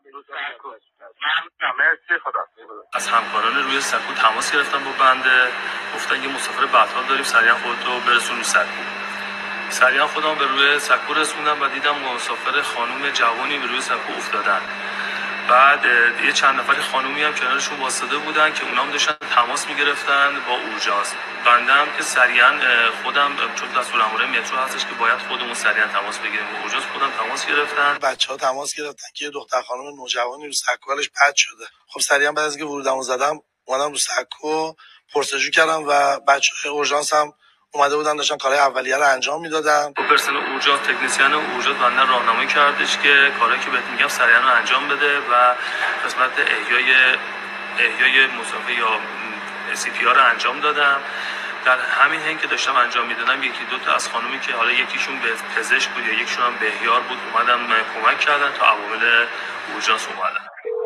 از همکاران روی سکو تماس گرفتن با بنده، گفتن یه مسافر بدحال داریم، سریعا خودتو برسون روی سکو. سریعا خودم به روی سکو رسوندم و دیدم مسافر خانم جوانی به روی سکو افتادن. بعد یه چند نفری خانومی هم کنارشون واسطه بودن که اونام داشتن تماس میگرفتن با اورژانس. بنده هم که سریعا خودم چون دستورالعمل مترو هستش که باید خودمون سریعا تماس بگیریم با اورژانس، خودم تماس گرفتن. بچه‌ها تماس گرفتن که یه دختر خانم نوجوانی رو سکوالش پد شده. خب سریعا بعد از اینکه ورودمو زدم اومدم رو سکو پرسجو کردم و بچه‌های اورژانس هم اومده بودن داشتن کارهای اولیه رو انجام میدادن. با پرسنل اورژانس، تکنسین اورژانس بنده راهنمایی کردش که کارهایی که بهت میگم سریعا انجام بده و قسمت احیای مسافر یا CPR رو انجام دادم. در همین حین که داشتم انجام میدادم یکی دو تا از خانومی که حالا یکیشون به پزشک بود یا یکیشون هم بهیار بود اومدن من کمک کردن تا عوامل اورژانس اومدن.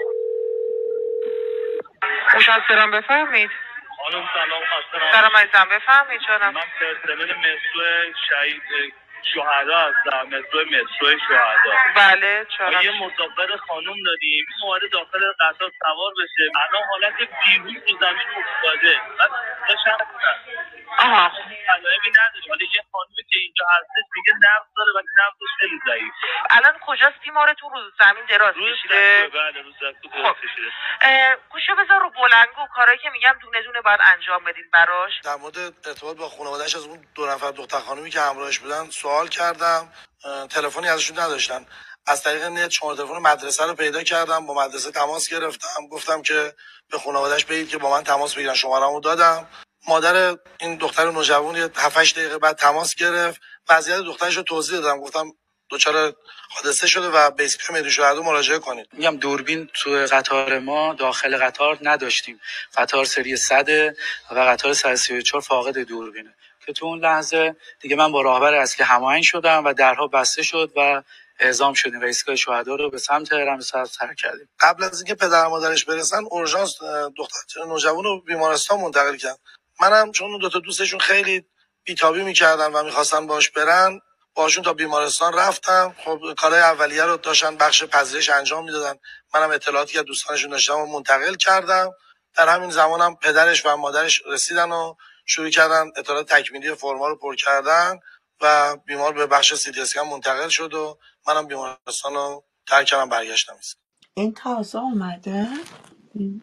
مشاورم بفرمایید. خانم سلام، خسته نباشید. سلام عزیزم، بفرمایید جانم. من پرسنل مترو شهید شهدا هستم، مترو شهدا. بله چرا؟ یه مسافر خانم داریم اومده داخل قطار سوار بشه، الان حالت بیهوش رو زمین افتاده. بعد آها علائمی نداره، ولی یه خانومی که اینجا هستش میگه نبض داره ولی نبضش خیلی ضعیف. الان کجاست بیمارتون؟ رو زمین دراز کشیده؟ بله رو سکو دراز کشیده. گوشو بذار رو بلنگو، کارایی که میگم دونه دونه باید انجام بدین براش. در مورد ارتباط با خانواده‌اش از اون دو نفر دختر خانومی که همراهش بودن سوال کردم، تلفنی ازشون نداشتن. از طریق نت شماره تلفن مدرسه رو پیدا کردم، با مدرسه تماس گرفتم، گفتم که به خانواده‌اش بگید که با من تماس بگیرن، شماره‌مو دادم. مادر این دختر نوجوان 7-8 دقیقه بعد تماس گرفت، وضعیت دخترش رو توضیح دادم، گفتم دچار حادثه شده و به ایستگاه مهدی شهدا مراجعه کنید. میگم دوربین تو قطار ما داخل قطار نداشتیم. قطار سری 100 و قطار 134 فاقد دوربینه که تو اون لحظه دیگه من با راهبر اصلی هماهنگ شدم و درها بسته شد و اعزام شدیم و ایستگاه شهدا رو به سمت رمسر ترک کردیم. قبل از اینکه پدر و مادرش برسن اورژانس دختر نوجوان رو بیمارستان منتقل کرد. منم چون اون دو تا دوستشون خیلی بیتابی میکردن و میخواستن باش برن، باشون تا بیمارستان رفتم. خب کارهای اولیه رو داشتن بخش پذیرش انجام میدادن، منم اطلاعاتی که دوستانشون داشتم و منتقل کردم. در همین زمانم پدرش و مادرش رسیدن و شروع کردن اطلاعات تکمیلی فرما رو پر کردن و بیمار به بخش CT اسکن منتقل شد و منم بیمارستان رو ترک کردم برگشتم. این تازه اومده؟ این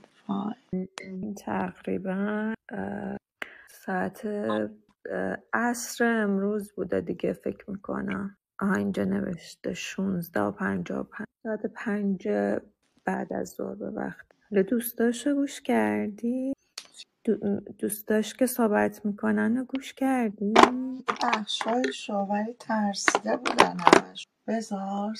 تقریبا ساعت عصر امروز بوده دیگه فکر میکنم. اینجا نوشته 16:55 ساعت 5 بعد از ظهر به وقت. دوست داشته گوش کردی؟ دوست داشت که صحبت میکنن و گوش کردی؟ بخشای شاوری ترسیده بودن همش. بذار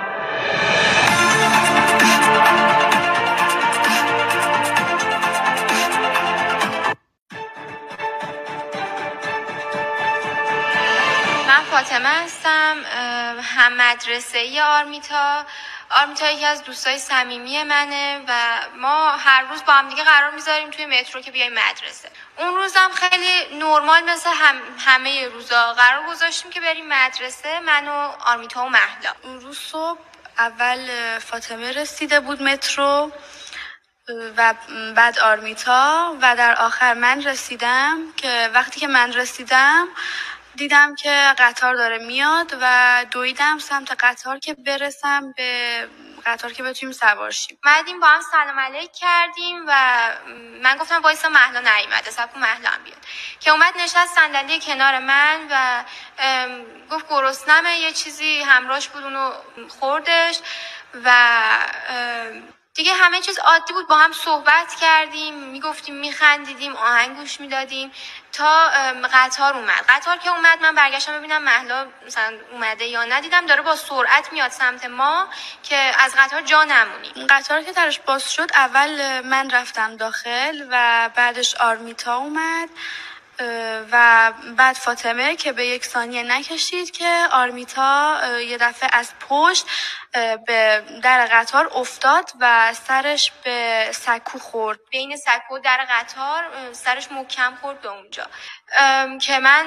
من فاطمه هستم، هم مدرسه آرمیتا یکی از دوستای صمیمی منه و ما هر روز با هم دیگه قرار میذاریم توی مترو که بیایم مدرسه. اون روزم خیلی نرمال مثل همه روزا قرار گذاشتیم که بریم مدرسه، من و آرمیتا و مهلا. اون روز صبح اول فاطمه رسیده بود مترو و بعد آرمیتا و در آخر من رسیدم که وقتی که من رسیدم دیدم که قطار داره میاد و دویدم سمت قطار که برسم به قطار که بتونیم سوار شیم. اومدیم با هم سلام علیک کردیم و من گفتم وایسا مهلا نیومده، صبر کن مهلا هم بیاد. که اومد نشست صندلی کنار من و گفت گرسنمه، یه چیزی همراهش بود اونو خوردش و دیگه همه چیز عادی بود. با هم صحبت کردیم، میگفتیم، میخندیدیم، آهنگ گوش میدادیم تا قطار اومد. قطار که اومد من برگشتم ببینم مهلا مثلا اومده یا ندیدم داره با سرعت میاد سمت ما که از قطار جا نمونیم. قطار که درش باز شد اول من رفتم داخل و بعدش آرمیتا اومد و بعد فاطمه که به 1 ثانیه نکشید که آرمیتا یه دفعه از پشت به در قطار افتاد و سرش به سکو خورد. بین سکو و در قطار سرش محکم خورد به اونجا که من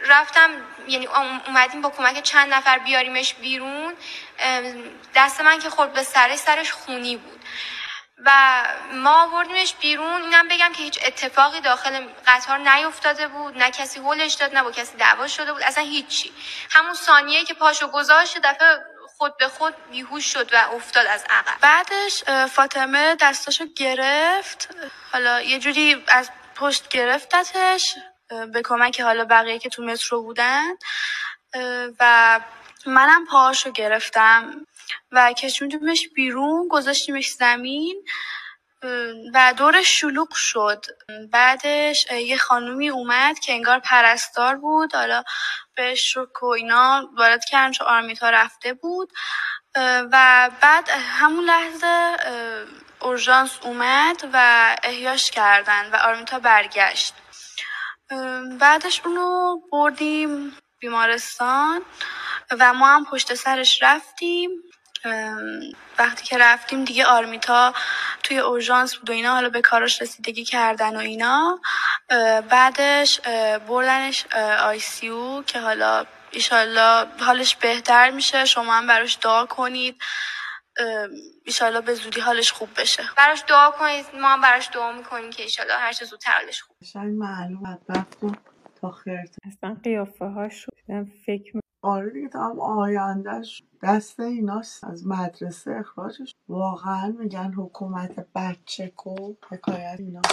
رفتم، یعنی اومدیم با کمک چند نفر بیاریمش بیرون. دست من که خورد به سرش خونی بود و ما آوردیمش بیرون. اینم بگم که هیچ اتفاقی داخل قطار نیفتاده بود، نه کسی هولش داد، نه با کسی دعوا شده بود، اصلا هیچی. همون ثانیه‌ای که پاشو گذاشت دفعه خود به خود بیهوش شد و افتاد از عقب. بعدش فاطمه دستاشو گرفت، حالا یه جوری از پشت گرفتتش به کمک حالا بقیه که تو مترو بودن و منم پاهاشو گرفتم و کشوندیمش بیرون، گذاشتیمش زمین و دورش شلوغ شد. بعدش یه خانومی اومد که انگار پرستار بود، حالا بهش شوک و اینا وارد کردن چون آرمیتا رفته بود و بعد همون لحظه اورژانس اومد و احیاش کردن و آرمیتا برگشت. بعدش اونو بردیم بیمارستان و ما هم پشت سرش رفتیم. وقتی که رفتیم دیگه آرمیتا توی اورژانس بود و اینا، حالا به کاراش رسیدگی کردن و اینا. بعدش بردنش ICU که حالا ایشالله حالش بهتر میشه. شما هم براش دعا کنید، ایشالله به زودی حالش خوب بشه. براش دعا کنید، ما هم براش دعا میکنیم که ایشالله هر چه زودتر حالش خوب بشه. قشنگ معلوم بدبختو تا خیرت. اصلا قیافه هاش فکر آره دیگه تمام آیندهش دست ایناست. از مدرسه اخراجش واقعا میگن حکومت بچه کو حکایت اینا.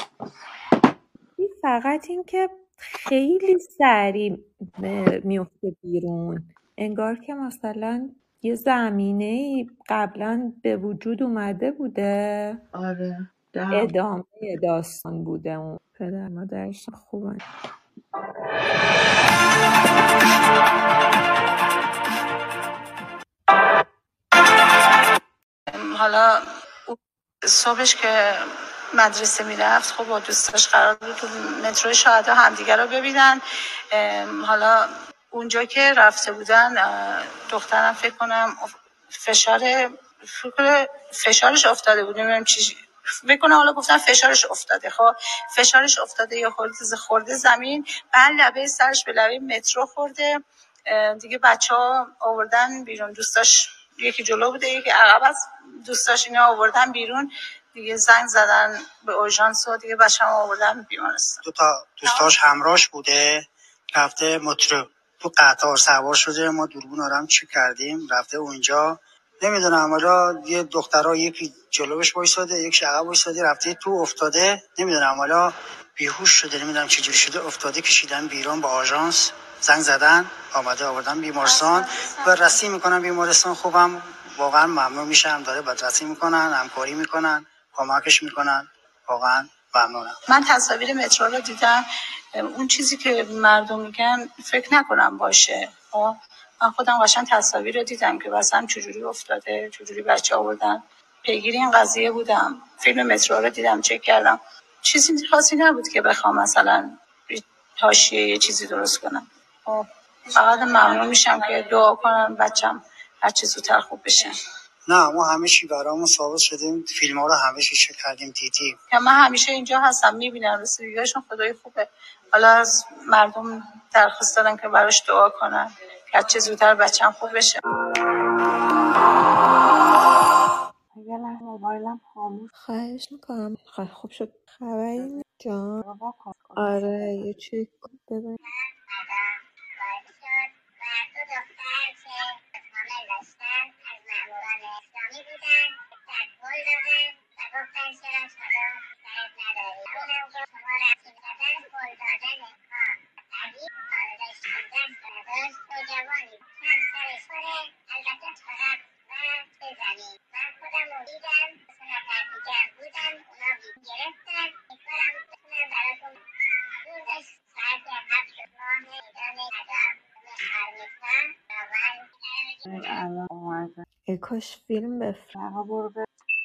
فقط این که خیلی سریع میفته بیرون، انگار که مثلا یه زمینه قبلا به وجود اومده بوده. آره ادامه داستان بوده. اون پدر مادرش خوبن. حالا صبحش که مدرسه میرفت خب با دوستاش قرار بود تو مترو شهدا همدیگه رو ببینن. حالا اونجا که رفته بودن دخترم فکر کنم فشارش افتاده بود، نمیدونم چی فکر کنم، حالا گفتن فشارش افتاده. خب فشارش افتاده یا خورده زمین، بعد لبه سرش به لبه مترو خورده دیگه. بچه‌ها آوردن بیرون، دوستاش یکی جلو بوده یکی عقب از دوستاش، اینا آوردن بیرون دیگه. زنگ زدن به اورژانس و دیگه بچه‌ها آوردن بیمارستان. دو تا دوستاش همراهش بوده، رفته مترو تو قطار سوار شده. ما دوربین آرام چک کردیم، رفته اونجا. نمیدونم حالا یه دخترها یکی جلوش وایساده یکی عقب وایساده، رفته تو افتاده. نمیدونم حالا بیهوش شده، نمیدونم چه جوری شده افتاده. کشیدن بیرون با آژانس، زنگ زدن آمده آوردن بیمارستان و رسی میکنن بیمارستان. خوبم واقعا ممنون میشم، داره بدرسی میکنن، همکاری میکنن، کمکش میکنن، واقعا ممنونم. من تصاویر مترو رو دیدم، اون چیزی که مردم میگن فکر نکنم باشه. من خودم قشنگ تصاویر رو دیدم که مثلا چجوری افتاده، چجوری بچه آوردن. پیگیر این قضیه بودم، فیلم مترو رو دیدم، چک کردم. چیزی خاصی نبود که بخوام مثلا حاشیه یه چیزی درست کنم. فقط ممنون میشم که دعا کنن بچم هر چه زودتر خوب بشه. نه ما همه چی برامون ثابت شدیم، فیلم ها رو همه چی چک کردیم، دیدیم. که من همیشه اینجا هستم، میبینم رسیدگیشون خدای خوبه. حالا از مردم درخواست دادم که براش دعا کنن که چه زودتر بچه‌م خوب بشه. یه لحظه موبایلم خاموش. خواهش میکنم. خوب شد. خبری جان؟ آره یه چک ببین. کاش فیلم بفرست.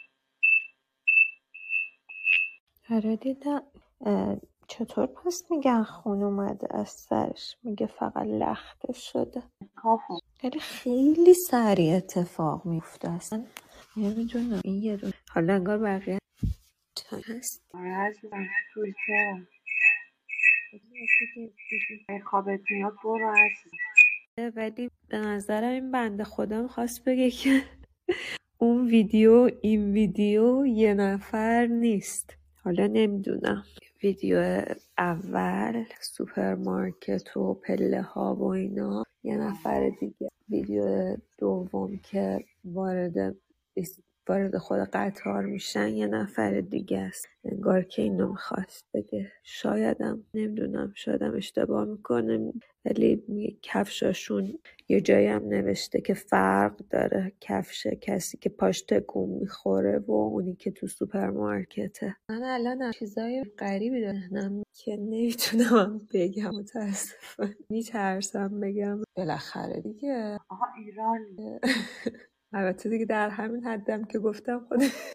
آره دیدم. چطور پس میگن خون اومده از سرش؟ میگه فقط لخته شده. خیلی سریع اتفاق میفته اصلا. نمیدونم این یه دونه حالا انگار بقیه تا هست. آره عزیزم توییتر خوابت میاد برو عزیزم. ولی به نظرم این بنده خدا میخواست بگه که اون ویدیو این ویدیو یه نفر نیست. حالا نمیدونم ویدیو اول سوپرمارکت و پله ها و اینا یه نفر دیگه، ویدیو دوم که وارد خود قطار میشن یه نفر دیگه است. انگار که اینو میخواست بگه. شایدم نمیدونم، شایدم اشتباه میکنه، ولی کفشاشون یه جایی هم نوشته که فرق داره کفش کسی که پاش تکون میخوره و اونی که تو سوپرمارکته. من الان چیزای غریبی دارم که نمیتونم بگم، متاسفم میترسم بگم. بالاخره دیگه آها ایرانی. البته دیگه در همین حدم که گفتم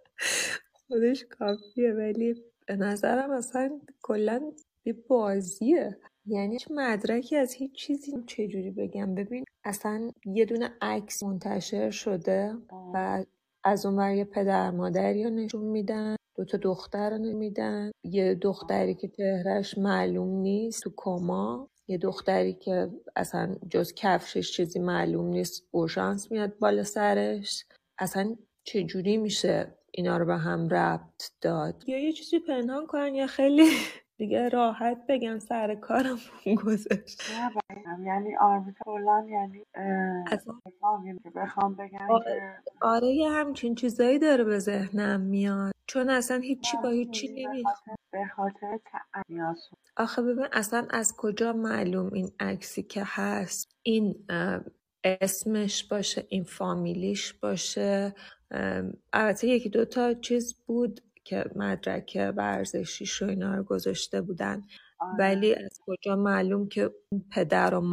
خودش کافیه، ولی به نظرم اصلا کلا یه بازیه. یعنی هیچ مدرکی از هیچ چیزی، چجوری بگم، ببین اصلا یه دونه عکس منتشر شده و از اونور یه پدر مادری رو نشون میدن، 2 تا دختر رو نمیدن، یه دختری که چهرهش معلوم نیست تو کما، یه دختری که اصلا جز کفشش چیزی معلوم نیست، اورژانس میاد بالا سرش. اصلا چجوری میشه اینا رو به هم ربط داد؟ یا یه چیزی پنهان کنن یا خیلی دیگه راحت بگم سر کارم گذاشت. نه یعنی آرمیتا کلا یعنی اصلا بخوام بگم که آره یه همچین چیزایی داره به ذهنم میاد، چون اصلا هیچی با هیچی نمیخواد. به خاطر تعمیاس. آخه ببین اصلا از کجا معلوم این عکسی که هست این اسمش باشه، این فامیلیش باشه. البته 1-2 تا چیز بود که مدرک ورزشیش و اینا رو گذاشته بودن، ولی از کجا معلوم که پدر و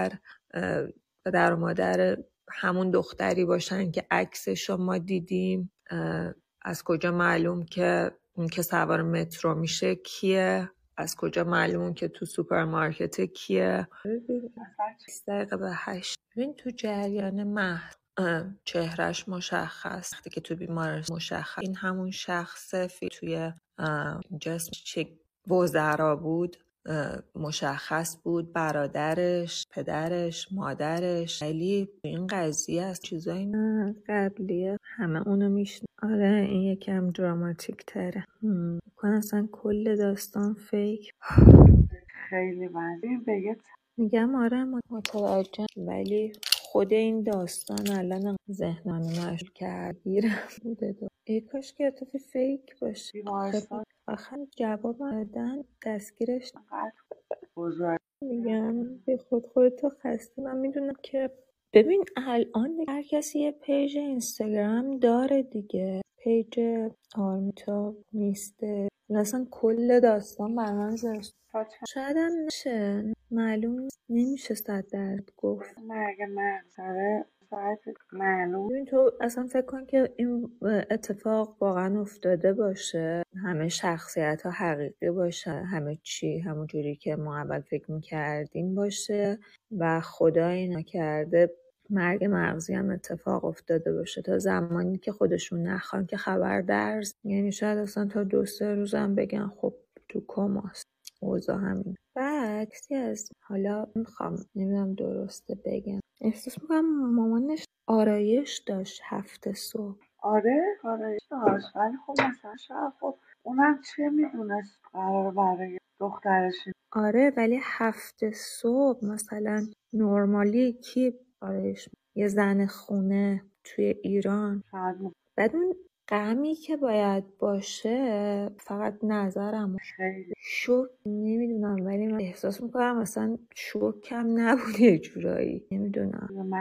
مادر همون دختری باشن که عکسش رو ما دیدیم؟ از کجا معلوم که اون که سوار مترو میشه کیه؟ از کجا معلوم که تو سوپرمارکت کیه؟ 7:20 ببین تو جریان مهد چهرش مشخص، وقتی که تو بیمارستان مشخص این همون شخصه توی جسم چه وزرا بود، مشخص بود برادرش، پدرش، مادرش. ولی این قضیه از چیزایی قبلیه همه اونو میشن. آره این یکم دراماتیک تره. کنه اصلا کل داستان فیک. خیلی بندیم بگه میگم آره متوجه، ولی خود این داستان الان ذهنم مشغول کردگیرم بوده. ای کاش که اتفاقی فیک باشه. آخر جواب دادن دستگیرش بزرگ. میگم به خودتو خسته. من میدونم که ببین الان هر کسی یه پیج اینستاگرام داره دیگه، پیج آرمیتا نیسته، اصلا کل داستان بر من زشت. شاید هم نشه، معلوم نمیشه 100% گفت. مگه منظره معلوم. ببین تو اصلا فکر کن که این اتفاق واقعا افتاده باشه، همه شخصیت ها حقیقی باشه، همه چی همون جوری که ما اول فکر میکردیم باشه و خدا اینا کرده مرگ مغزی هم اتفاق افتاده باشه، تا زمانی که خودشون نخوان که خبر درز، یعنی شاید اصلا تا 2-3 روز هم بگن خب تو کماست، اوضاع همین. بعد از حالا نمیدونم درسته بگم، احساس میکنم مامانش آرایش داشت 7 صبح. آره آرایش داشت، ولی خب مثلا شاید خب اونم چه میدونست قرار برای دخترش. آره ولی 7 صبح مثلا نورمالی کی آرایش؟ یه زن خونه توی ایران. بعد اون غمی که باید باشه، فقط نظرم شوک نمیدونم، ولی من احساس میکنم مثلا شوک کم نبود یه جورایی، نمیدونم.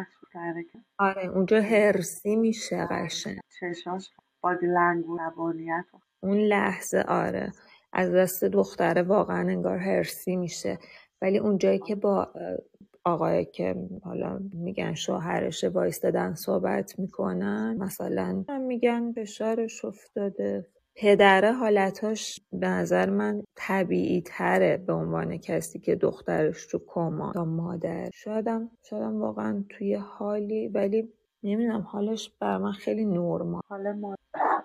آره اونجا هرسی میشه قشنگ، چشاش بادی لنگویج زبانیت اون لحظه آره از دست دختره واقعا انگار هرسی میشه. ولی اونجایی که با آقایی که حالا میگن شوهرشه وایستادن صحبت میکنن، مثلا میگن فشارش افتاده، پدره حالتاش به نظر من طبیعی تره به عنوان کسی که دخترش تو کما تا مادر. شایدم واقعا توی حالی، ولی نمیدونم حالش بر من خیلی نرمال.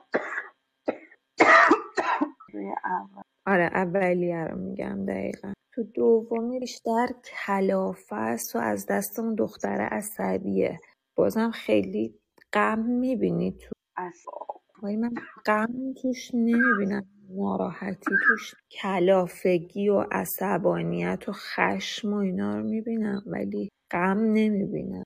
آره اولیه رو میگم دقیقا. تو دومی بیشتر کلافه است و از دست اون دختر عصبیه. بازم خیلی غم میبینی تو، ولی من غم توش نمیبینم، ناراحتی توش، کلافگی و عصبانیت و خشم و اینا رو میبینم ولی غم نمیبینم.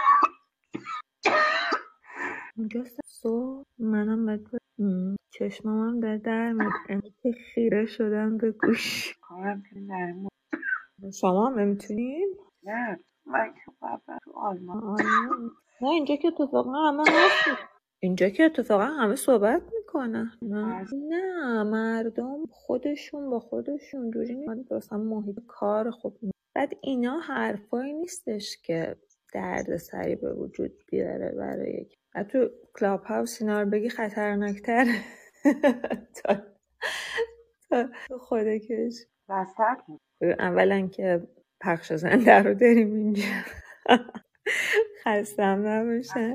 اینجاست صبح منم باید چشمام هم در میاد، که خیره شدم به گوش. کارم که نرمون. شما هم نمیتونین؟ نه من که بابا تو آلمان. آلمان. نه اینجا که اتفاقا همه حرف اینجا که اتفاقا همه صحبت میکنن. نه مردم خودشون با خودشون جوری نیستن، مثلا محیط کار خوب نیست. بعد اینا حرفایی نیستش که درد سری به وجود بیاره برای یک. تو کلاب هاوس اینا رو بگی خطرناکتر تا خودکش. وسط اولا که پخش زنده رو داریم اینجا، خستم نباشن.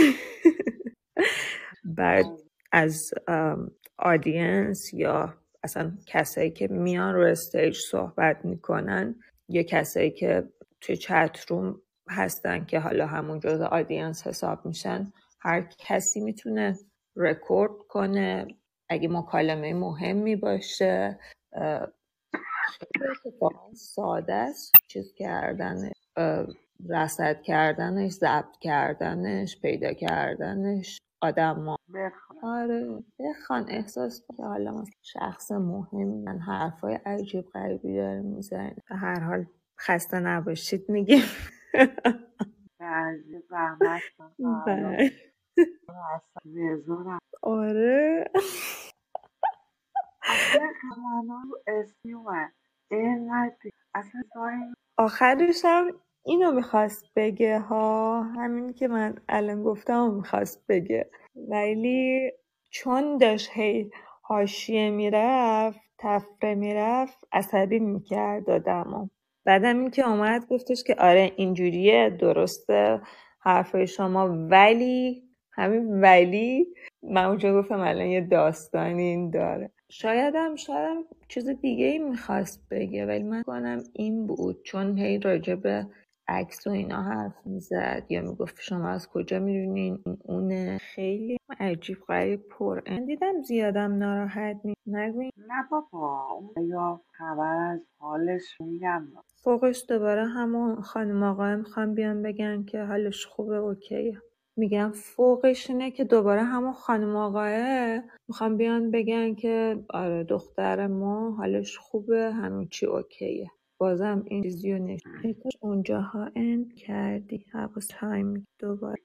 بعد از آدینس یا اصلا کسایی که میان رو استیج صحبت میکنن یا کسایی که توی چت روم هستن که حالا همون جزء آدینس حساب میشن، هر کسی میتونه رکورد کنه اگه مکالمه مهمی باشه. خیلی اتفاقا ساده است چیز کردن، رصد کردنش، ضبط کردنش، پیدا کردنش. آدم آره بخوان احساس کنه حالا مثلا شخص مهمی، من حرفای عجیب غریبی داره میزنه. به هر حال خسته نباشید میگیم. بعضی زحمت آره اصلا همانو اسمی اومد اینقدر اصلا داریم. آخرش هم اینو میخواست بگه ها، همین که من الان گفتم میخواست بگه، ولی چون داشت هی حاشیه میرفت، تفره میرفت، عصبی میکرد آدمو. بعدم این که اومد گفتش که آره اینجوریه، درسته حرفای شما، ولی همین ولی من اونجا گفتم الان یه داستانی این داره. شاید هم چیز دیگه ای میخواست بگه، ولی من کنم این بود، چون هی راجع به عکس و اینا حرف میزد یا میگفت شما از کجا میدونین اونه. خیلی عجیب غریب پر دیدم. زیادم ناراحت نگوین. نه بابا اون یا خبر از حالش میگم. فوقش دوباره همون خانم آقای میخوان بیان بگن که حالش خوبه، اوکیه. میگم فوقش اینه که دوباره همون خانم آقای میخوان بیان بگن که آره دختر ما حالش خوبه، همون چی اوکیه. بازم این چیزیو نشون اونجاها اند کردی. حواس تایم دوباره.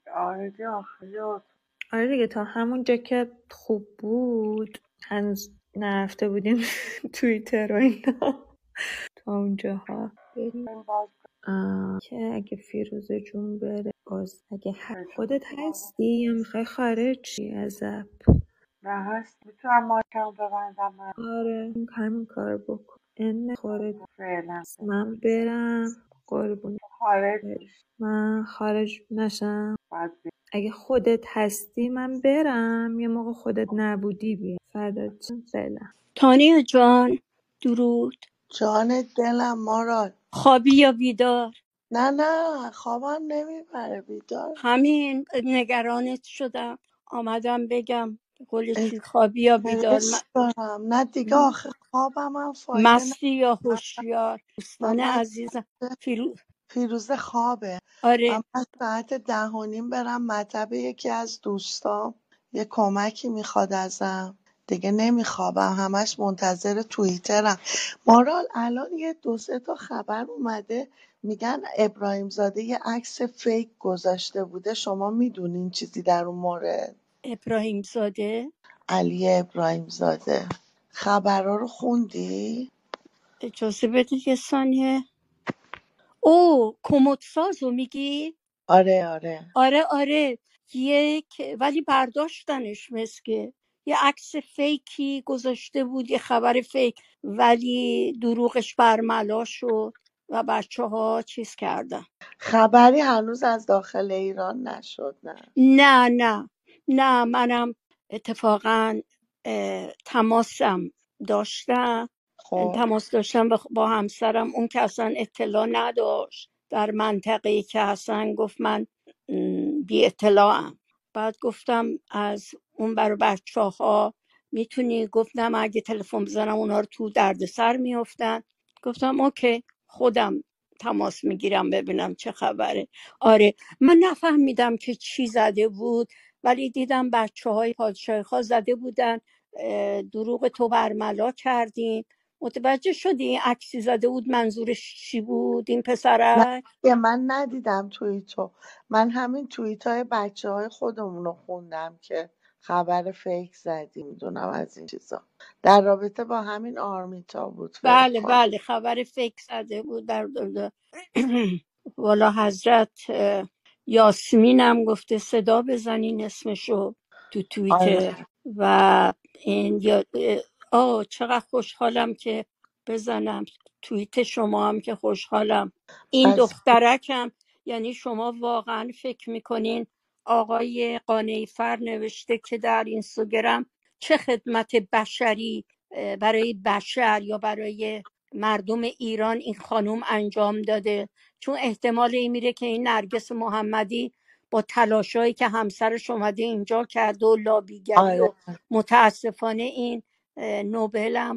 آره دیگه تا همونجا که خوب بود، هنوز نرفته بودیم توییتر و اینا. تا اونجاها بریم که اگه فیروزه جون بره باز، اگه خودت هستی یا میخوای خارجی از اپ؟ نه هست، میتونم مایکم ببندم. آره همین کار بکن. این خارج من برم قربون من خارج نشم. اگه خودت هستی من برم، یه موقع خودت نبودی بیا. فردات چون فعلا. تانیا جان درود. جان دلم مارال. خوابی یا بیدار؟ نه خوابم نمیبره، بیدار. همین نگرانت شدم، آمدم بگم قول چی خوابی یا بیدار؟ دارم نه دیگه، آخه خوابم هم فایده مستی یا هوشیار؟ دوستان عزیزم فیروزه خوابه. آره من ساعت 10:30 برم مطب یکی از دوستام، یه کمکی میخواد ازم، دیگه نمیخوابم، همش منتظر توییترم. مارال الان یه 2-3 تا خبر اومده میگن ابراهیم زاده یه عکس فیک گذاشته بوده، شما میدونین چیزی در اون مورد؟ ابراهیم زاده؟ علی ابراهیم زاده. خبرها رو خوندی؟ اجازه بده یه ثانیه. او کمدسازو میگی؟ آره ولی برداشتنش مسکه یه عکس فیکی گذاشته بود، یه خبر فیک، ولی دروغش برملا شد و بچه ها چیز کردن. خبری هنوز از داخل ایران نشد؟ نه منم اتفاقا تماسم داشتم خب تماس داشتم با همسرم، اون که اصلا اطلاع نداشت در منطقه‌ای که اصلا گفت من بی اطلاعم. بعد گفتم از اون برای بچه ها میتونی؟ گفتم اگه تلفن بزنم اونا رو تو دردسر میافتن. گفتم اوکی، خودم تماس میگیرم ببینم چه خبره. آره، من نفهمیدم که چی زده بود، ولی دیدم بچه های پادشاهی خواه زده بودن دروغ تو برملا کردین. متوجه شدی این عکسی زده بود منظورش چی بود این نه پسرک؟ دیگه، من ندیدم توییتو. من همین توییت های بچه های خودمون رو خوندم که خبر فیک زدی، میدونم از این چیزا. در رابطه با همین آرمیتا بود فکر بله کنم. بله، خبر فیک زده بود والا حضرت یاسمین هم گفته صدا بزنین اسمشو تو آره توییتر. و این چقدر خوشحالم که بزنم توییت شما هم که خوشحالم. این از دخترکم، یعنی شما واقعا فکر میکنین آقای قانعی فر نوشته که در اینستاگرام چه خدمت بشری برای بشر یا برای مردم ایران این خانوم انجام داده؟ چون احتمال این میره که این نرگس محمدی با تلاشایی که همسرش اومده اینجا کرده و لابیگری آره و متاسفانه این نوبل هم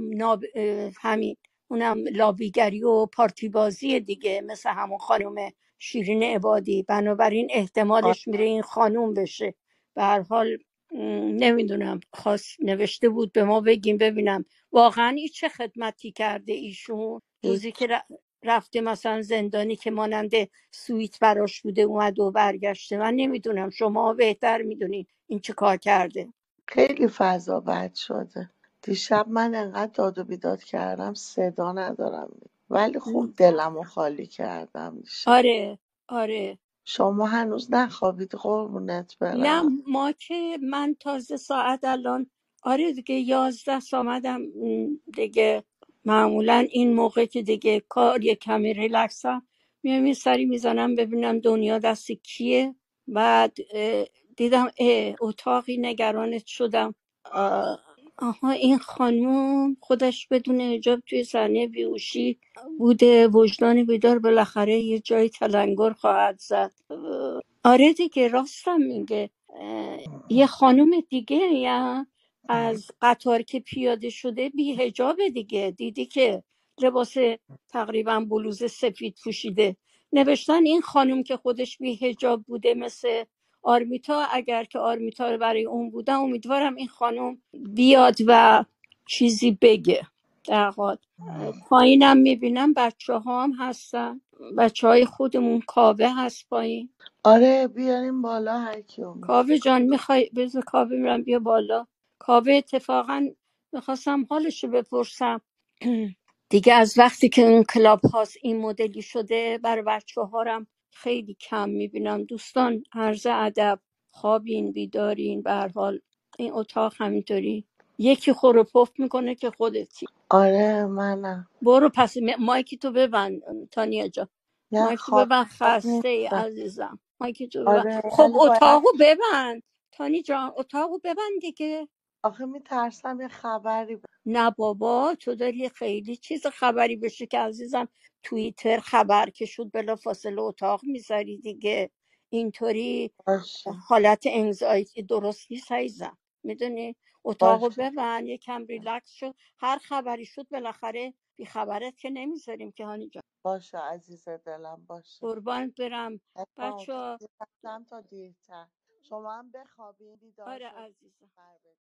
همین اونم لابیگری و پارتی بازی دیگه، مثل همون خانم شیرین عبادی. بنابراین آره احتمالش میره این خانوم بشه. به هر حال نمیدونم، خواست نوشته بود به ما بگیم ببینم واقعا این چه خدمتی کرده ایشون، روزی هیچ. که رفته مثلا زندانی که مانند سویت براش بوده اومد و برگشته. من نمیدونم، شما بهتر میدونین این چه کار کرده. خیلی فضا بد شده. دیشب من انقدر داد و بیداد کردم صدا ندارم، ولی خوب دلمو خالی کردم دیشب. آره آره. شما هنوز نخوابید قربونت نه، برم. ما که من تازه ساعت الان آره دیگه 11 آمدم دیگه. معمولا این موقع که دیگه کار یه کمی ریلکسم میام یه سری میزنم ببینم دنیا دست کیه. بعد دیدم اتاقی نگرانت شدم. آها، این خانوم خودش بدون حجاب توی صحنه بیهوشی بوده، وجدان بیدار بالاخره یه جای تلنگر خواهد زد. آره دیگه، راستم میگه. یه خانوم دیگه یا از قطار که پیاده شده بی حجاب دیگه، دیدی که لباس تقریبا بلوز سفید پوشیده. نوشتن این خانوم که خودش بی حجاب بوده مثل آرمیتا، اگر که آرمیتا رو برای اون بودن امیدوارم این خانوم بیاد و چیزی بگه. در حال پایینم میبینم بچه ها هم هستن، بچه های خودمون. کاوه هست پایین. آره بیاریم بالا هر کیو کاوه میخواد. جان میخوای؟ بذار کاوه میرم بیا بالا. کاوه اتفاقا میخواستم حالشو بپرسم. دیگه از وقتی که اون کلاب هاست این مدلی شده برای بچه هارم خیلی کم میبینم. دوستان عرض ادب، خوابین بیدارین؟ به هر حال این اتاق همینطوری یکی خور و پف میکنه که خودتی. آره منم. برو پس مایکی تو ببند تانیا جان. نه مایکی تو خواب ببند، خسته ای نیستم. عزیزم. مایکی تو ببند. آره خب ولی باید. اتاقو ببند تانی جان، اتاقو ببند دیگه. آخه میترسم یه خبری نه بابا، تو داری خیلی چیز خبری بشه که عزیزم. توییتر خبر که شد بلا فاصله اتاق میذاری دیگه. اینطوری باشه. حالت انزایتی درست نیست عزیزم، میدونی. اتاقو باشه ببند، یکم ریلکس شد. هر خبری شد بالاخره بی خبرت که نمیذاریم که هانی جان. باشه عزیز دلم باشه. قربان برم اتفاق بچه. افتاد. رفتم تا دیرتر. شما هم بخوابین بیدار آره شدین. عزیزم.